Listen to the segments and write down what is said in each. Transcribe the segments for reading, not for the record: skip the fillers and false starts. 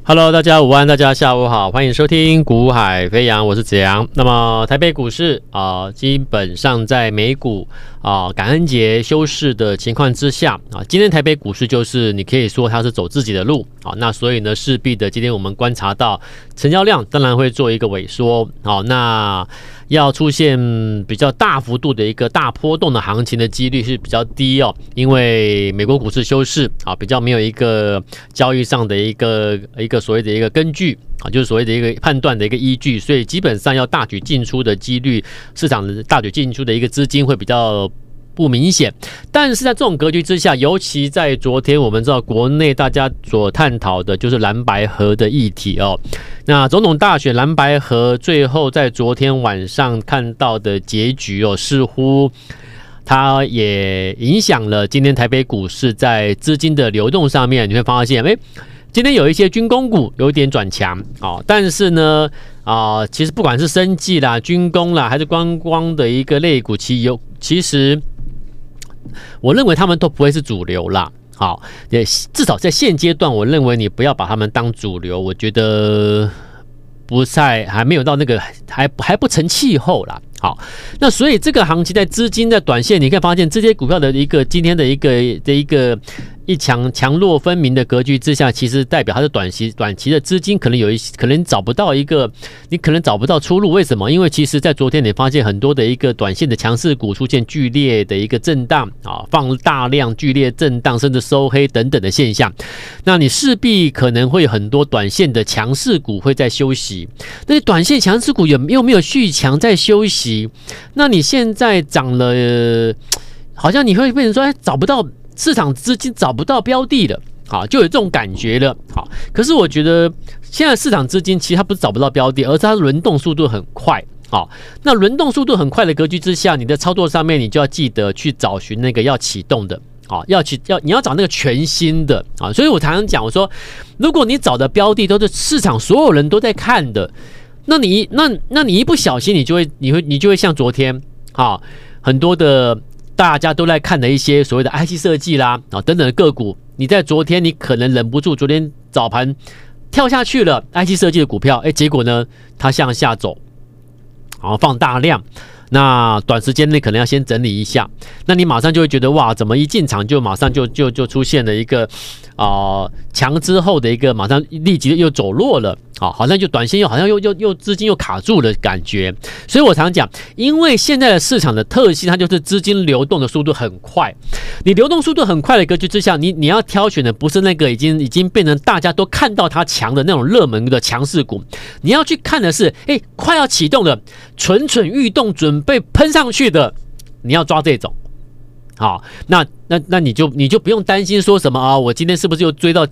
Hello， 大家午安，大家下午好，欢迎收听股海飞扬，我是子阳。那么台北股市基本上在美股感恩节休市的情况之下今天台北股市就是你可以说它是走自己的路那所以呢势必的今天我们观察到成交量当然会做一个萎缩那要出现比较大幅度的一个大波动的行情的几率是比较低因为美国股市休市比较没有一个交易上的一个所谓的一个根据就是所谓的一个判断的一个依据，所以基本上要大举进出的几率，市场的大举进出的一个资金会比较不明显。但是在这种格局之下，尤其在昨天我们知道国内大家所探讨的就是蓝白合的议题那总统大选蓝白合最后在昨天晚上看到的结局似乎它也影响了今天台北股市在资金的流动上面，你会发现今天有一些军工股有点转强但是呢其实不管是生技啦、军工啦，还是观光的一个类股，其实我认为他们都不会是主流啦。至少在现阶段，我认为你不要把他们当主流，我觉得还没有到那个还不成气候啦。好，那所以这个行情在资金在短线，你可以发现这些股票的一个今天的一个强弱分明的格局之下，其实代表它是短期的资金可能找不到你可能找不到出路。为什么？因为其实在昨天你发现很多的一个短线的强势股出现剧烈的一个震荡放大量剧烈震荡，甚至收黑等等的现象。那你势必可能会有很多短线的强势股会在休息。那短线强势股又没有续强在休息？那你现在涨了，好像你会变成说找不到市场资金找不到标的了，就有这种感觉了。可是我觉得现在市场资金其实它不是找不到标的，而是它轮动速度很快。那轮动速度很快的格局之下，你的操作上面你就要记得去找寻那个要启动的。你要找那个全新的所以我常常讲，我说如果你找的标的都是市场所有人都在看的，那你一不小心，你就会像昨天很多的大家都在看的一些所谓的 IC 设计啦等等的个股，你在昨天你可能忍不住，昨天早盘跳下去了 IC 设计的股票，结果呢它向下走，放大量。那短时间内可能要先整理一下，那你马上就会觉得哇，怎么一进场就马上就出现了一个强之后的一个马上立即又走弱了，好像就短线好像又资金又卡住的感觉。所以我常讲，因为现在的市场的特性，它就是资金流动的速度很快。你流动速度很快的格局之下，你要挑选的不是那个已经变成大家都看到它强的那种热门的强势股，你要去看的是快要启动的蠢蠢欲动准备喷上去的，你要抓这种。好，那你就不用担心说什么我今天是不是又追到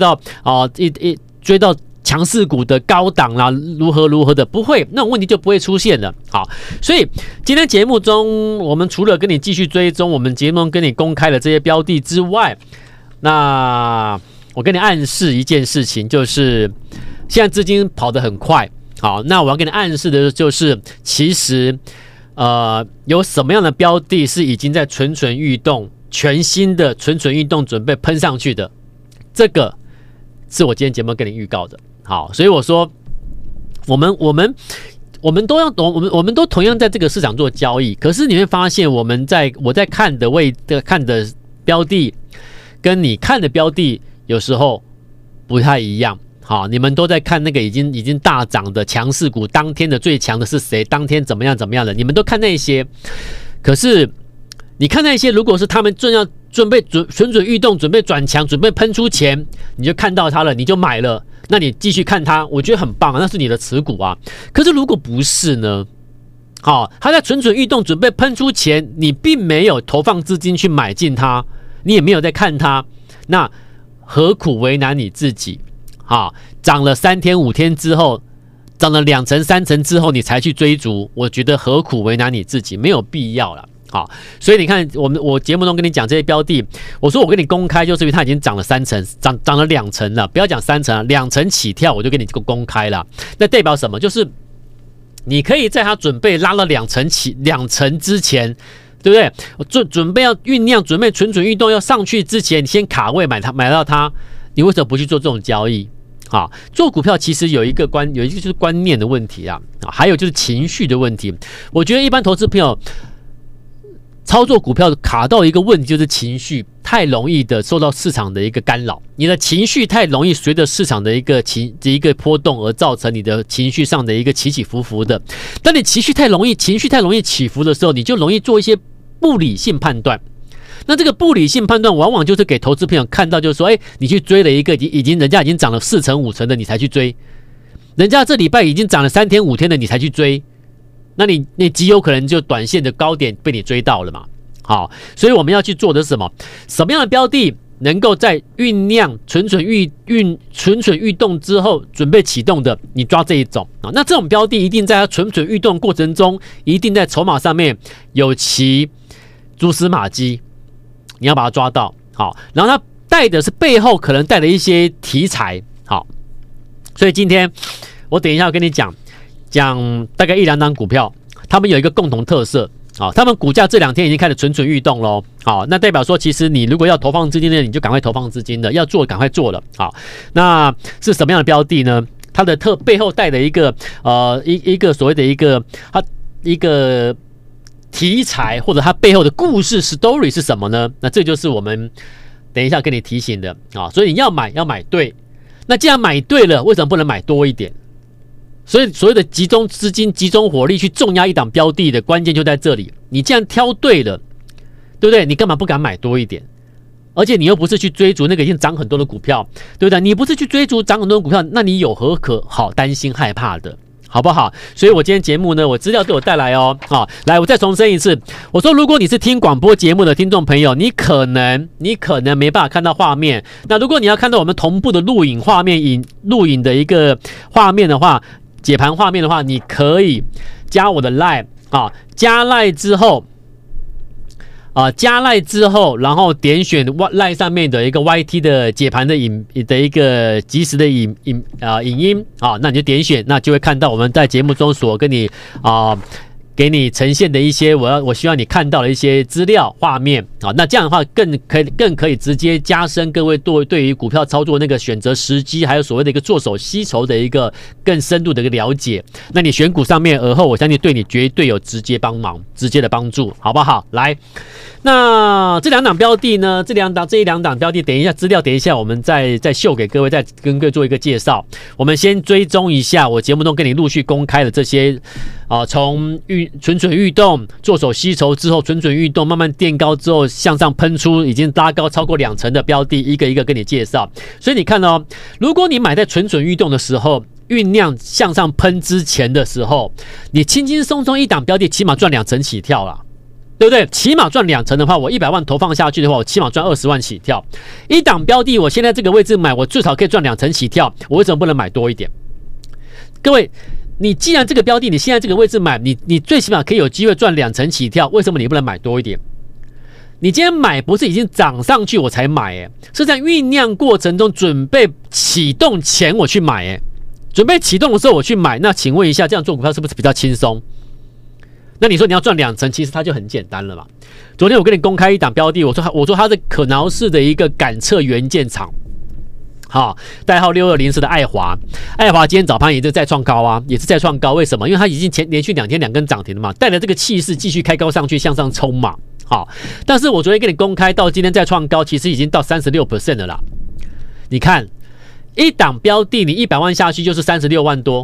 强势股的高档啦，如何的，不会，那种问题就不会出现了。好，所以今天节目中，我们除了跟你继续追踪我们节目中跟你公开的这些标的之外，那我跟你暗示一件事情，就是现在资金跑得很快。好，那我要跟你暗示的就是，其实有什么样的标的是已经在蠢蠢欲动，全新的蠢蠢欲动准备喷上去的，这个是我今天节目跟你预告的。好，所以我说我们都同样在这个市场做交易，可是你会发现我在看的标的跟你看的标的有时候不太一样。好，你们都在看那个已经大涨的强势股，当天的最强的是谁？当天怎么样的？你们都看那些，可是你看那些，如果是他们准备蠢蠢欲动，准备转强，准备喷出钱，你就看到它了，你就买了，那你继续看它，我觉得很棒那是你的持股啊。可是如果不是呢？它在蠢蠢欲动，准备喷出钱，你并没有投放资金去买进它，你也没有在看它，那何苦为难你自己？涨了3天5天之后，涨了2成3成之后，你才去追逐，我觉得何苦为难你自己，没有必要了。好，所以你看，我节目中跟你讲这些标的，我说我跟你公开，就是因为它已经涨了3成，涨了2成了，不要讲3成了，2成起跳，我就跟你公开了。那代表什么？就是你可以在它准备拉了2成之前，对不对？准备要酝酿，准备蠢蠢欲动要上去之前，你先卡位买到它，你为什么不去做这种交易？ 啊，做股票其实有一个就是观念的问题啊，还有就是情绪的问题。我觉得一般投资朋友操作股票卡到一个问题，就是情绪太容易的受到市场的一个干扰，你的情绪太容易随着市场的一个波动而造成你的情绪上的一个起起伏伏的。当你情绪太容易起伏的时候，你就容易做一些不理性判断。那这个不理性判断往往就是给投资朋友看到，就是说，你去追了一个人家已经涨了4成5成的，你才去追；人家这礼拜已经涨了3天5天的，你才去追。那你极有可能就短线的高点被你追到了嘛。好，所以我们要去做的是什么？什么样的标的能够在酝酿、蠢蠢欲动之后准备启动的，你抓这一种啊。那这种标的一定在它蠢蠢欲动过程中，一定在筹码上面有其蛛丝马迹，你要把它抓到。好，然后它带的是背后可能带的一些题材。好，所以今天我等一下要跟你讲大概1、2档股票，他们有一个共同特色。好，他们股价这2天已经开始蠢蠢欲动咯。好，那代表说，其实你如果要投放资金的，你就赶快投放资金的，要做赶快做了。好，那是什么样的标的呢？它的背后带的一个一个所谓的一个题材，或者它背后的故事 story 是什么呢？那这就是我们等一下跟你提醒的啊。所以你要买对，那既然买对了，为什么不能买多一点？所以所谓的集中资金、集中火力去重压一档标的的关键就在这里。你既然挑对了，对不对？你干嘛不敢买多一点？而且你又不是去追逐那个已经涨很多的股票，对不对？你不是去追逐涨很多的股票，那你有何可好担心害怕的？好不好？所以我今天节目呢，我资料都有带来哦。好，来，我再重申一次，我说如果你是听广播节目的听众朋友，你可能没办法看到画面。那如果你要看到我们同步的录影画面、录影的一个画面的话，解盘画面的话，你可以加我的 LINE 啊，加 LINE 之后，然后点选 LINE 上面的一个 YT 的解盘的一个即时的影音啊，那你就点选，那就会看到我们在节目中所跟你给你呈现的一些我希望你看到的一些资料画面啊，那这样的话更可以直接加深各位对于股票操作那个选择时机，还有所谓的一个做手吸筹的一个更深度的一个了解。那你选股上面而后，我相信对你绝对有直接的帮助，好不好？来，那这2档标的呢，这一两档标的，等一下资料，等一下我们再秀给各位，再跟各位做一个介绍。我们先追踪一下我节目中跟你陆续公开的这些从蠢蠢欲动、做手吸筹之后，蠢蠢欲动慢慢垫高之后向上喷出，已经拉高超过2成的标的，一个一个跟你介绍。所以你看哦，如果你买在蠢蠢欲动的时候，酝酿向上喷之前的时候，你轻轻松松一档标的起码赚2成起跳啦，对不对？起码赚2成的话，我100万投放下去的话，我起码赚20万起跳。一档标的，我现在这个位置买，我最少可以赚2成起跳，我为什么不能买多一点？各位，你既然这个标的你现在这个位置买，你最起码可以有机会赚2成起跳，为什么你不能买多一点？你今天买不是已经涨上去我才买，是在酝酿过程中准备启动前我去买，准备启动的时候我去买。那请问一下，这样做股票是不是比较轻松？那你说你要赚2成，其实它就很简单了嘛。昨天我跟你公开一档标的，我说它是可挠式的一个感测元件厂。好，代号6204的爱华今天早盘也是再创高啊，为什么？因为它已经连续2天2根涨停了嘛，带着这个气势继续开高上去，向上冲嘛。好，但是我昨天跟你公开到今天再创高，其实已经到 36% 了啦。你看，一档标的你100万下去就是36万多。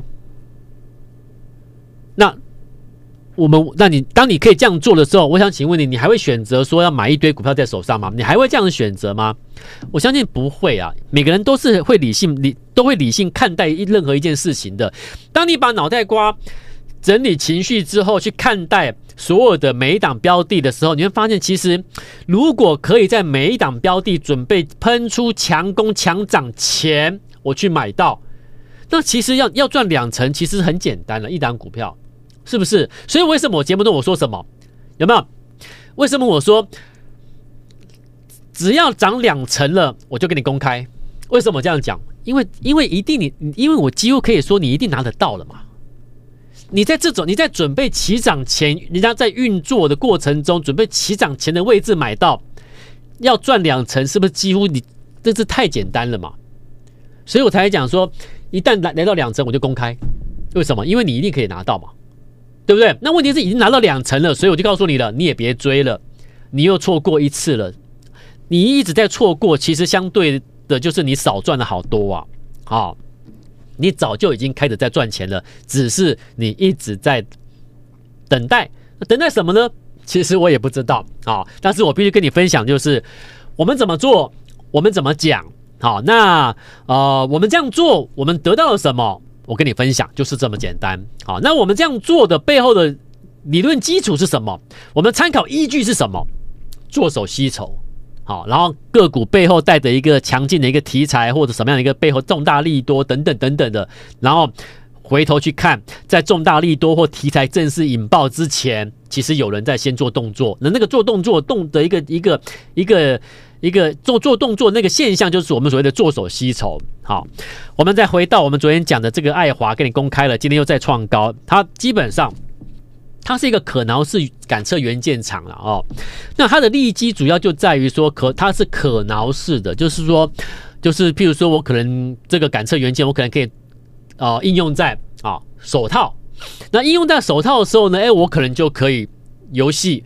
当你可以这样做的时候，我想请问你还会选择说要买一堆股票在手上吗？你还会这样选择吗？我相信不会啊。每个人都是会理性看待任何一件事情的。当你把脑袋瓜整理情绪之后，去看待所有的每一档标的的时候，你会发现，其实如果可以在每一档标的准备喷出强攻强涨前，我去买到，那其实要赚2成，其实很简单了，一档股票。是不是？所以为什么我节目中我说什么？有没有？为什么我说只要涨2成了，我就给你公开？为什么这样讲？因为我几乎可以说你一定拿得到了嘛。你在准备起涨前，人家在运作的过程中，准备起涨前的位置买到，要赚2成，是不是几乎这是太简单了嘛？ 所以我才讲说，一旦来到2成我就公开，为什么？因为你一定可以拿到嘛，对不对？那问题是已经拿到2成了，所以我就告诉你了，你也别追了，你又错过一次了，你一直在错过，其实相对的就是你少赚了好多啊，好，你早就已经开始在赚钱了，只是你一直在等待，等待什么呢？其实我也不知道啊，但是我必须跟你分享，就是我们怎么做，我们怎么讲。好，那我们这样做，我们得到了什么？我跟你分享，就是这么简单。好，那我们这样做的背后的理论基础是什么？我们参考依据是什么？做手吸筹。好，然后个股背后带着一个强劲的一个题材，或者什么样的一个背后重大利多等等等等的，然后回头去看，在重大利多或题材正式引爆之前，其实有人在先做动作。那个做动作的一个做动作那个现象，就是我们所谓的做手吸筹。好，我们再回到我们昨天讲的这个爱华，给你公开了，今天又再创高，它基本上它是一个可挠式感测元件厂了哦。那它的利基主要就在于说它是可挠式的，就是说，就是譬如说我可能这个感测元件，我可能可以应用在手套。那应用在手套的时候呢，我可能就可以游戏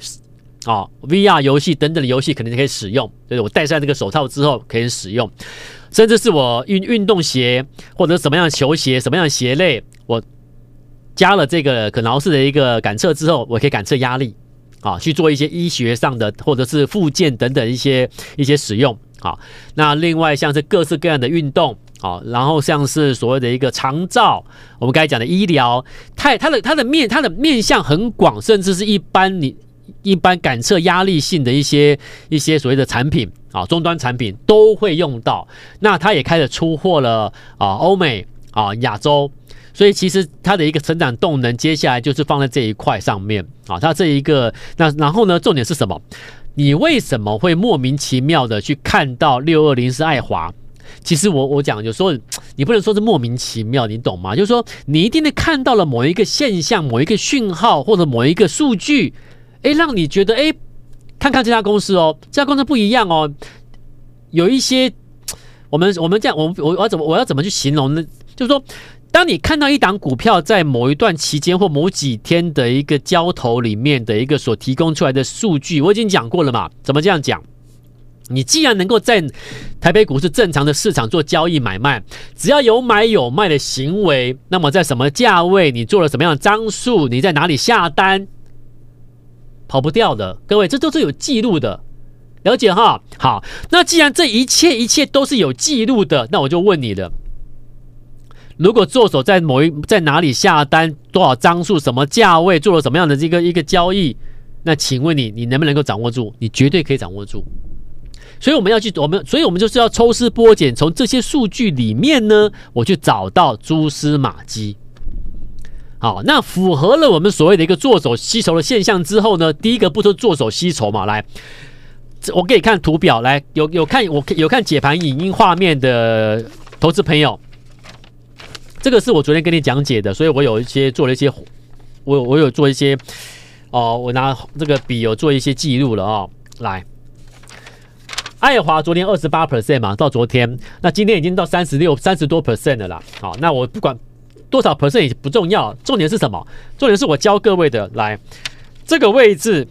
VR 游戏等等的游戏可能可以使用，对，我戴上这个手套之后可以使用，甚至是我运动鞋或者什么样的球鞋、什么样的鞋类，我加了这个可挠式的一个感测之后，我可以感测压力去做一些医学上的或者是复健等等一些使用。好，那另外像是各式各样的运动，然后像是所谓的一个长照，我们刚才讲的医疗，它的面向很广，甚至是一般感测压力性的一些所谓的产品终端产品都会用到。那它也开始出货了欧美亚洲，所以其实它的一个成长动能，接下来就是放在这一块上面它这一个那然后呢，重点是什么？你为什么会莫名其妙的去看到620是爱华？其实我讲有时候你不能说是莫名其妙，你懂吗？就是说你一定得看到了某一个现象、某一个讯号或者某一个数据，让你觉得看看这家公司这家公司不一样有一些我们这样我要怎么去形容呢？就是说，当你看到一档股票在某一段期间或某几天的一个交投里面的一个所提供出来的数据，我已经讲过了嘛？怎么这样讲？你既然能够在台北股市正常的市场做交易买卖，只要有买有卖的行为，那么在什么价位，你做了什么样的张数，你在哪里下单，跑不掉的。各位，这都是有记录的，了解哈？好，那既然这一切都是有记录的，那我就问你了。如果做手在哪里下单，多少张数，什么价位，做了什么样的一个交易，那请问你能不能够掌握住？你绝对可以掌握住。所以我们就是要抽丝剥茧，从这些数据里面呢，我去找到蛛丝马迹。好，那符合了我们所谓的一个做手吸筹的现象之后呢，第一个步骤做手吸筹嘛，来，我给你看图表，来有看解盘影音画面的投资朋友，这个是我昨天跟你讲解的，所以我有做了一些，我有做一些我拿这个笔有做一些记录了来。爱华昨天 28% 嘛，到昨天，那今天已经到30多% 了啦。好，那我不管多少 percent 也不重要，重点是什么？重点是我教各位的，来，这个位置，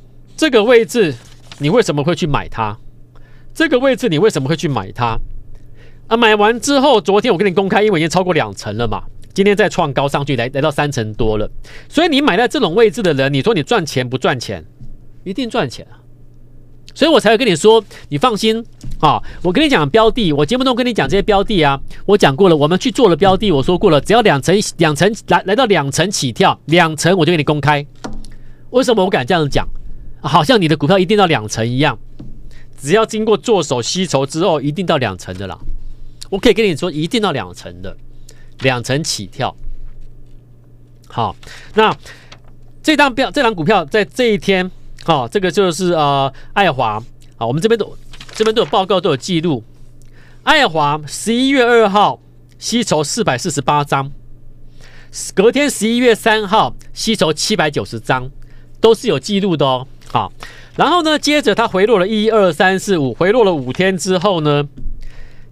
你为什么会去买它？这个位置你为什么会去买它？买完之后，昨天我跟你公开，因为已经超过2成了嘛，今天再创高上去，来到3成多了。所以你买在这种位置的人，你说你赚钱不赚钱？一定赚钱啊！所以我才会跟你说，你放心我跟你讲标的，我节目中跟你讲这些标的啊，我讲过了，我们去做了标的，我说过了，只要2成来到2成起跳，2成我就给你公开。为什么我敢这样讲？好像你的股票一定到2成一样，只要经过做手吸筹之后，一定到2成的啦。我可以跟你说，一定到2成的，2成起跳。好，那这档股票在这一天。这个就是爱华我们这边都有报告，都有记录。爱华11月2号吸筹448张，隔天11月3号吸筹790张，都是有记录的好，然后呢，接着它回落了1、2、3、4、5，回落了5天之后呢，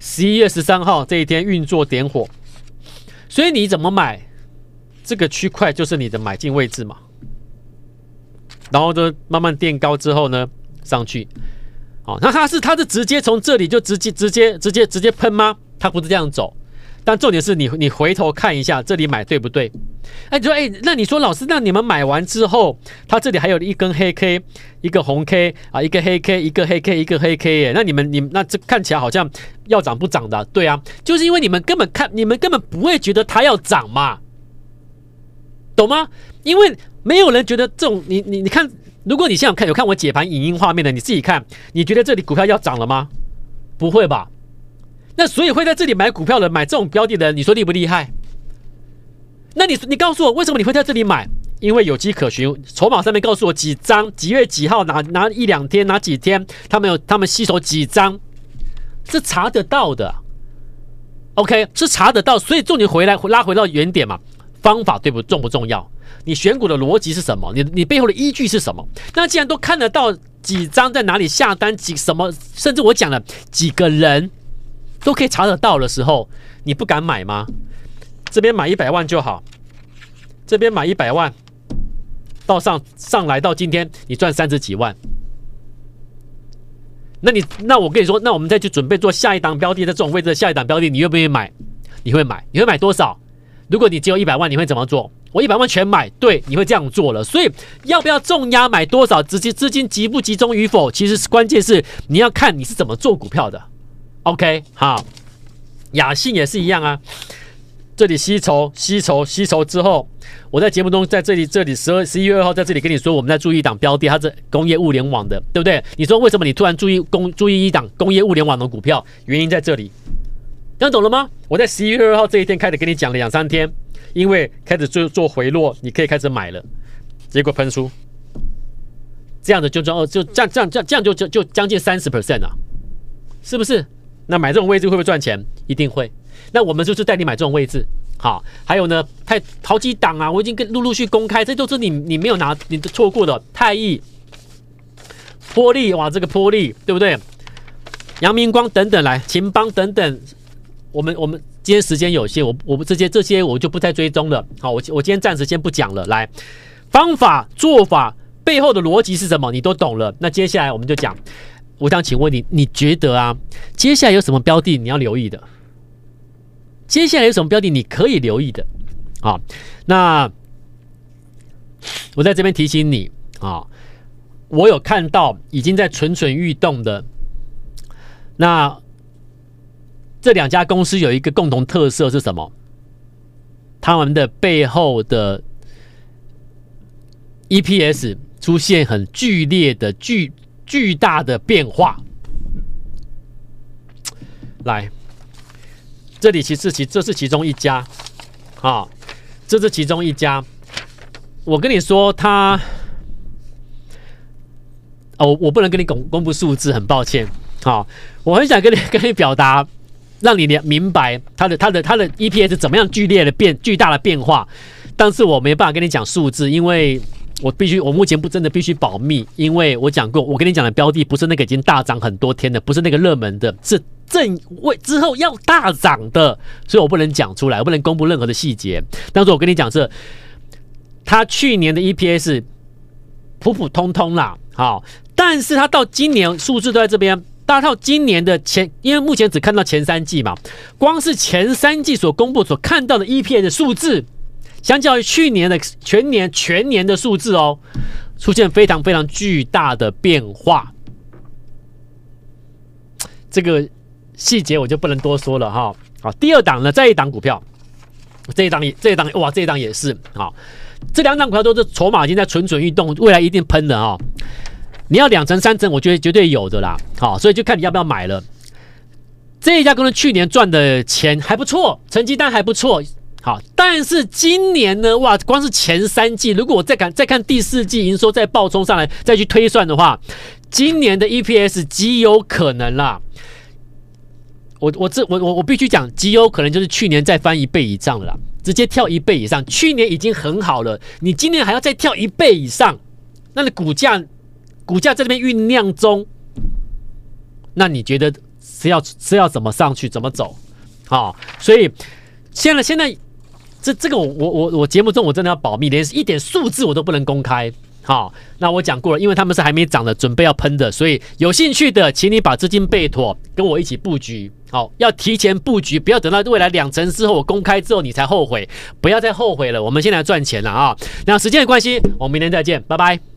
11月13号这一天运作点火，所以你怎么买这个区块就是你的买进位置嘛。然后就慢慢垫高之后呢，上去。好，那它是直接从这里就直接喷吗？它不是这样走。但重点是你回头看一下这里买对不对？哎，你说那你说老师，那你们买完之后，它这里还有一根黑 K， 一个红 K 啊，一个黑 K， 一个黑 K， 一个黑 K 耶。那你们那这看起来好像要涨不涨的，对啊，就是因为你们根本不会觉得它要涨嘛，懂吗？因为没有人觉得这种你看，如果你现在有看我解盘影音画面的，你自己看，你觉得这里股票要涨了吗？不会吧？那所以会在这里买股票的，买这种标的的人，你说厉不厉害？那你告诉我，为什么你会在这里买？因为有迹可循，筹码上面告诉我几张，几月几号拿一两天，拿几天，他们吸收几张，是查得到的。OK， 是查得到，所以重点拉回到原点嘛，方法重不重要？你选股的逻辑是什么？你背后的依据是什么？那既然都看得到几张在哪里下单，什么，甚至我讲了几个人都可以查得到的时候，你不敢买吗？这边买100万就好，这边买100万，到上来到今天你赚30几万。那我跟你说，那我们再去准备做下一档标的，在这种位置的下一档标的，你愿不愿意买？你会买？你会买多少？如果你只有100万，你会怎么做？我100万全买，对，你会这样做了。所以要不要重压买多少，资金集不集中与否，其实关键是你要看你是怎么做股票的。OK， 好，雅信也是一样啊。这里吸筹之后，我在节目中在这里11月2号在这里跟你说，我们在注意一档标的，它是工业物联网的，对不对？你说为什么你突然注意一档工业物联网的股票？原因在这里，这样懂了吗？我在11月2号这一天开始跟你讲了2-3天，因为开始做回落，你可以开始买了，结果喷出，这样的就这样就将近30% 啊，是不是？那买这种位置会不会赚钱？一定会。那我们就是带你买这种位置，好，还有呢，好几档啊，我已经陆续公开，这都是你没有拿，你错过的泰益、波力，哇，这个波力对不对？阳明光等等，来秦邦等等，我们今天时间有限，我这些我就不再追踪了，好，我今天暂时先不讲了。来，方法做法背后的逻辑是什么？你都懂了。那接下来我们就讲，我想请问你觉得啊，接下来有什么标的你要留意的？接下来有什么标的你可以留意的？好，那我在这边提醒你啊，我有看到已经在蠢欲动的，那这2家公司有一个共同特色是什么？他们的背后的 EPS 出现很剧烈的巨大的变化。来。这是其中一家，啊，这是其中一家。我跟你说，我不能跟你公布数字，很抱歉。好，我很想跟你表达，让你明白它的 EPS 怎么样巨大的变化，但是我没办法跟你讲数字，因为我目前真的必须保密，因为我讲过，我跟你讲的标的不是那个已经大涨很多天的，不是那个热门的，是正位之后要大涨的，所以我不能讲出来，我不能公布任何的细节。但是我跟你讲是，他去年的 EPS 普普通通啦，好，但是他到今年数字都在这边，大到今年的因为目前只看到前3季嘛，光是前3季所公布所看到的 EPS 的数字，相较于去年的全年的数字哦，出现非常非常巨大的变化。这个细节我就不能多说了哈。好，第2档呢，再一档股票，这一档哇，这一档也是好，这2档股票都是筹码已经在蠢欲动，未来一定喷的哈。你要2成3成，我觉得绝对有的啦。好，所以就看你要不要买了。这一家公司去年赚的钱还不错，成绩单还不错。好，但是今年呢，哇，光是前3季，如果我再看第4季营收再暴冲上来，再去推算的话，今年的 EPS 极有可能啦。我必须讲，极有可能就是去年再翻1倍以上了啦，直接跳1倍以上。去年已经很好了，你今年还要再跳1倍以上，那你股价在这边酝酿中，那你觉得是要怎么上去，怎么走，好，所以现在这个我节目中我真的要保密，连一点数字我都不能公开。好，那我讲过了，因为他们是还没涨的，准备要喷的，所以有兴趣的，请你把资金备妥，跟我一起布局。好，要提前布局，不要等到未来2成之后我公开之后你才后悔，不要再后悔了。我们先来赚钱了啊！那时间的关系，我们明天再见，拜拜。